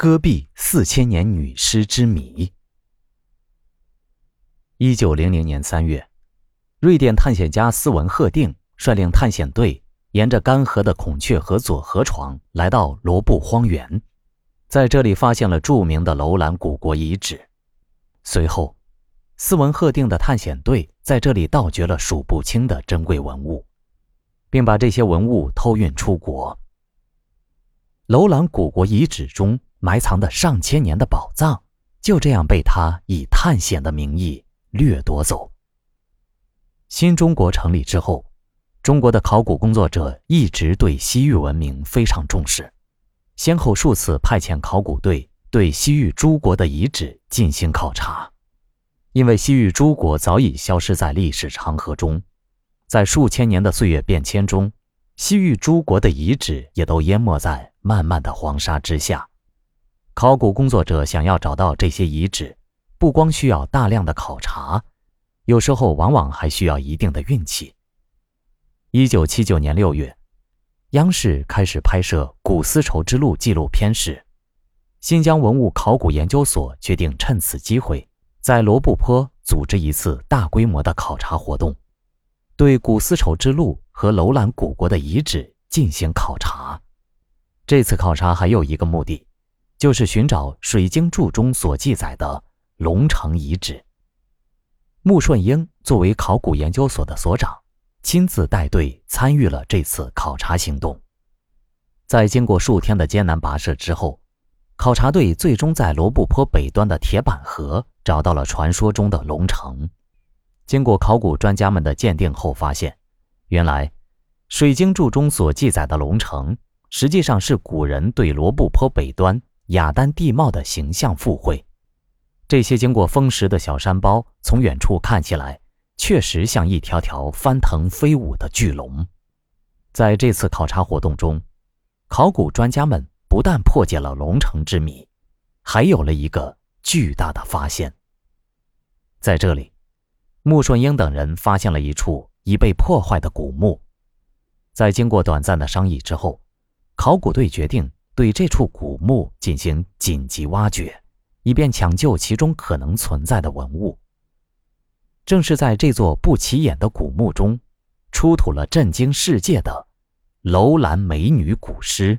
戈壁4000年女尸之谜。1900年3月，瑞典探险家斯文赫定率领探险队沿着干涸的孔雀河左河床来到罗布荒原，在这里发现了著名的楼兰古国遗址。随后，斯文赫定的探险队在这里盗掘了数不清的珍贵文物，并把这些文物偷运出国。楼兰古国遗址中埋藏的上千年的宝藏，就这样被他以探险的名义掠夺走。新中国成立之后，中国的考古工作者一直对西域文明非常重视，先后数次派遣考古队对西域诸国的遗址进行考察。因为西域诸国早已消失在历史长河中，在数千年的岁月变迁中，西域诸国的遗址也都淹没在漫漫的黄沙之下。考古工作者想要找到这些遗址，不光需要大量的考察，有时候往往还需要一定的运气。1979年6月，央视开始拍摄《古丝绸之路》纪录片时，新疆文物考古研究所决定趁此机会，在罗布泊组织一次大规模的考察活动，对古丝绸之路和楼兰古国的遗址进行考察。这次考察还有一个目的，就是寻找《水经注》中所记载的龙城遗址。穆顺英作为考古研究所的所长，亲自带队参与了这次考察行动。在经过数天的艰难跋涉之后，考察队最终在罗布泊北端的铁板河找到了传说中的龙城。经过考古专家们的鉴定后发现，原来《水经注》中所记载的龙城实际上是古人对罗布泊北端雅丹地貌的形象附会。这些经过风蚀的小山包从远处看起来确实像一条条翻腾飞舞的巨龙。在这次考察活动中，考古专家们不但破解了龙城之谜，还有了一个巨大的发现。在这里，穆顺英等人发现了一处已被破坏的古墓。在经过短暂的商议之后，考古队决定对这处古墓进行紧急挖掘，以便抢救其中可能存在的文物。正是在这座不起眼的古墓中，出土了震惊世界的楼兰美女古尸。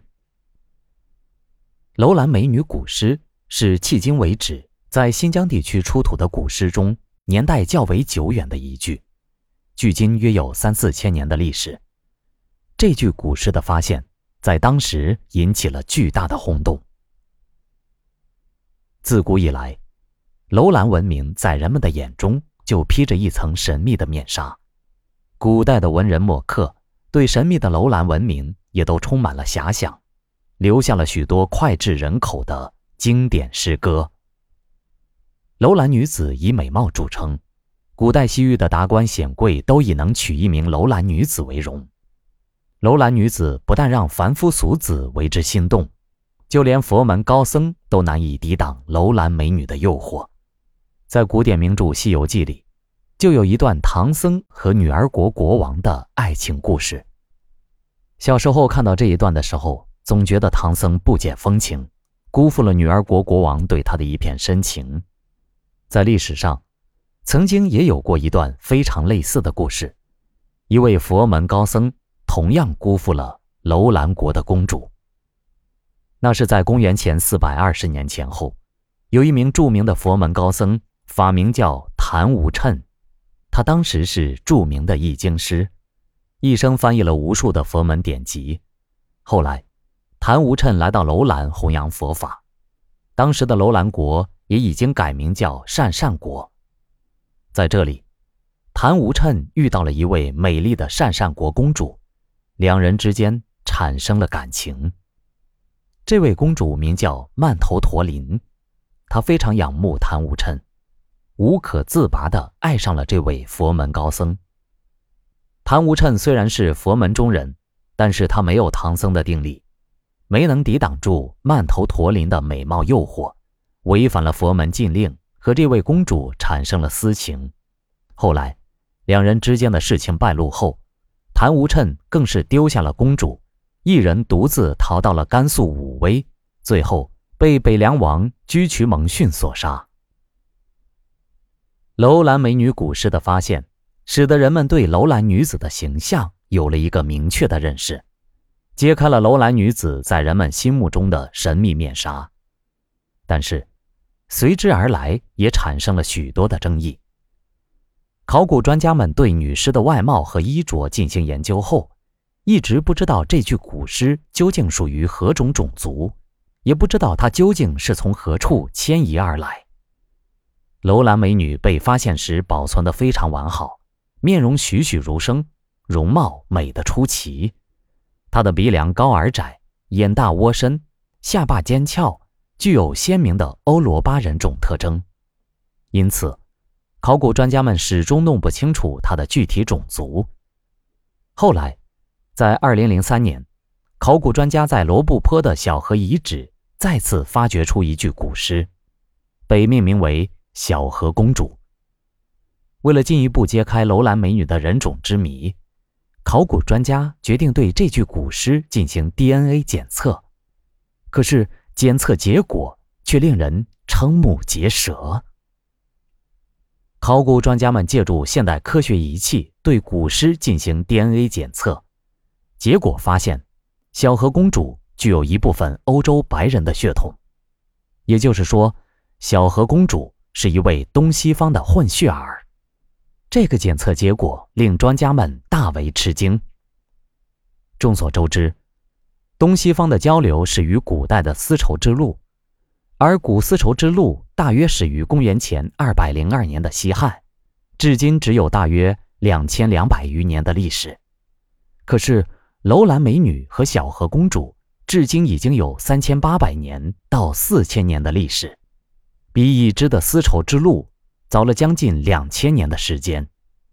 楼兰美女古尸是迄今为止在新疆地区出土的古尸中年代较为久远的一具，距今约有3-4千年的历史。这具古尸的发现在当时引起了巨大的轰动。自古以来，楼兰文明在人们的眼中就披着一层神秘的面纱。古代的文人墨客对神秘的楼兰文明也都充满了遐想，留下了许多脍炙人口的经典诗歌。楼兰女子以美貌著称，古代西域的达官显贵都以能娶一名楼兰女子为荣。楼兰女子不但让凡夫俗子为之心动，就连佛门高僧都难以抵挡楼兰美女的诱惑。在古典名著《西游记》里，就有一段唐僧和女儿国国王的爱情故事。小时候看到这一段的时候，总觉得唐僧不解风情，辜负了女儿国国王对他的一片深情。在历史上，曾经也有过一段非常类似的故事，一位佛门高僧同样辜负了楼兰国的公主。那是在公元前420年前后，有一名著名的佛门高僧，法名叫昙无谶。他当时是著名的译经师，一生翻译了无数的佛门典籍。后来昙无谶来到楼兰弘扬佛法，当时的楼兰国也已经改名叫鄯善国。在这里，昙无谶遇到了一位美丽的鄯善国公主，两人之间产生了感情。这位公主名叫曼头陀林，她非常仰慕昙无谶，无可自拔地爱上了这位佛门高僧。昙无谶虽然是佛门中人，但是他没有唐僧的定力，没能抵挡住曼头陀林的美貌诱惑，违反了佛门禁令，和这位公主产生了私情。后来两人之间的事情败露后，昙无谶更是丢下了公主，一人独自逃到了甘肃武威，最后被北凉王居渠蒙逊所杀。楼兰美女古尸的发现，使得人们对楼兰女子的形象有了一个明确的认识，揭开了楼兰女子在人们心目中的神秘面纱。但是随之而来也产生了许多的争议。考古专家们对女尸的外貌和衣着进行研究后，一直不知道这具古尸究竟属于何种种族，也不知道它究竟是从何处迁移而来。楼兰美女被发现时保存得非常完好，面容栩栩如生，容貌美得出奇。她的鼻梁高而窄，眼大窝深，下巴尖翘，具有鲜明的欧罗巴人种特征。因此考古专家们始终弄不清楚她的具体种族。后来在2003年，考古专家在罗布泊的小河遗址再次发掘出一具古尸，被命名为小河公主。为了进一步揭开楼兰美女的人种之谜，考古专家决定对这具古尸进行 DNA 检测。可是检测结果却令人瞠目结舌。考古专家们借助现代科学仪器对古尸进行 DNA 检测，结果发现小河公主具有一部分欧洲白人的血统，也就是说，小河公主是一位东西方的混血儿。这个检测结果令专家们大为吃惊。众所周知，东西方的交流始于古代的丝绸之路，而古丝绸之路大约始于公元前202年的西汉，至今只有大约2200余年的历史。可是楼兰美女和小河公主至今已经有3800年到4000年的历史，比已知的丝绸之路早了将近2000年的时间。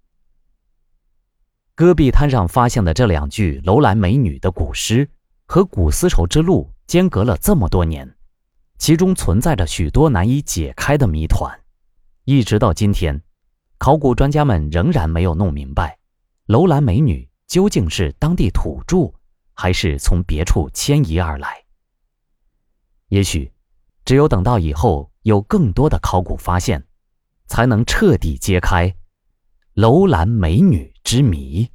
戈壁滩上发现的这2具楼兰美女的古尸和古丝绸之路间隔了这么多年，其中存在着许多难以解开的谜团。一直到今天，考古专家们仍然没有弄明白楼兰美女究竟是当地土著，还是从别处迁移而来。也许只有等到以后有更多的考古发现，才能彻底揭开楼兰美女之谜。